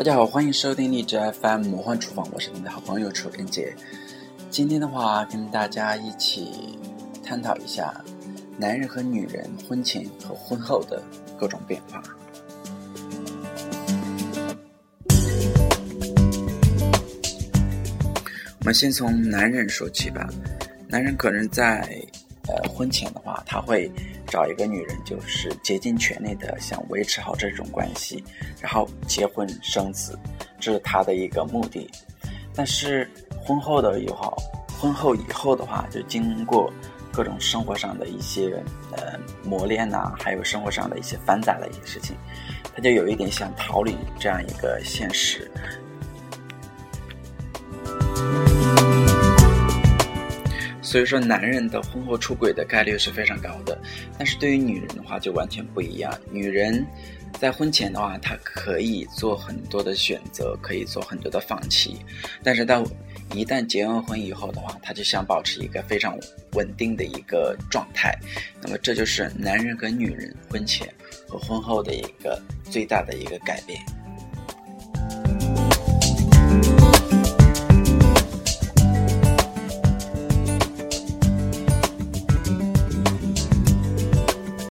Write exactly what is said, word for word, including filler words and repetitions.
大家好，欢迎收听荔枝 F M 魔幻厨房，我是你的好朋友楚人杰。今天的话，跟大家一起探讨一下男人和女人婚前和婚后的各种变化。我们先从男人说起吧。男人可能在呃婚前的话，他会找一个女人，就是竭尽全力的想维持好这种关系，然后结婚生子，这是他的一个目的。但是婚后的以后，婚后以后的话，就经过各种生活上的一些呃磨练呐、啊，还有生活上的一些繁杂的一些事情，他就有一点想逃离这样一个现实。所以说男人的婚后出轨的概率是非常高的，但是对于女人的话就完全不一样。女人在婚前的话，她可以做很多的选择，可以做很多的放弃，但是到一旦结完婚以后的话，她就想保持一个非常稳定的一个状态。那么这就是男人跟女人婚前和婚后的一个最大的一个改变。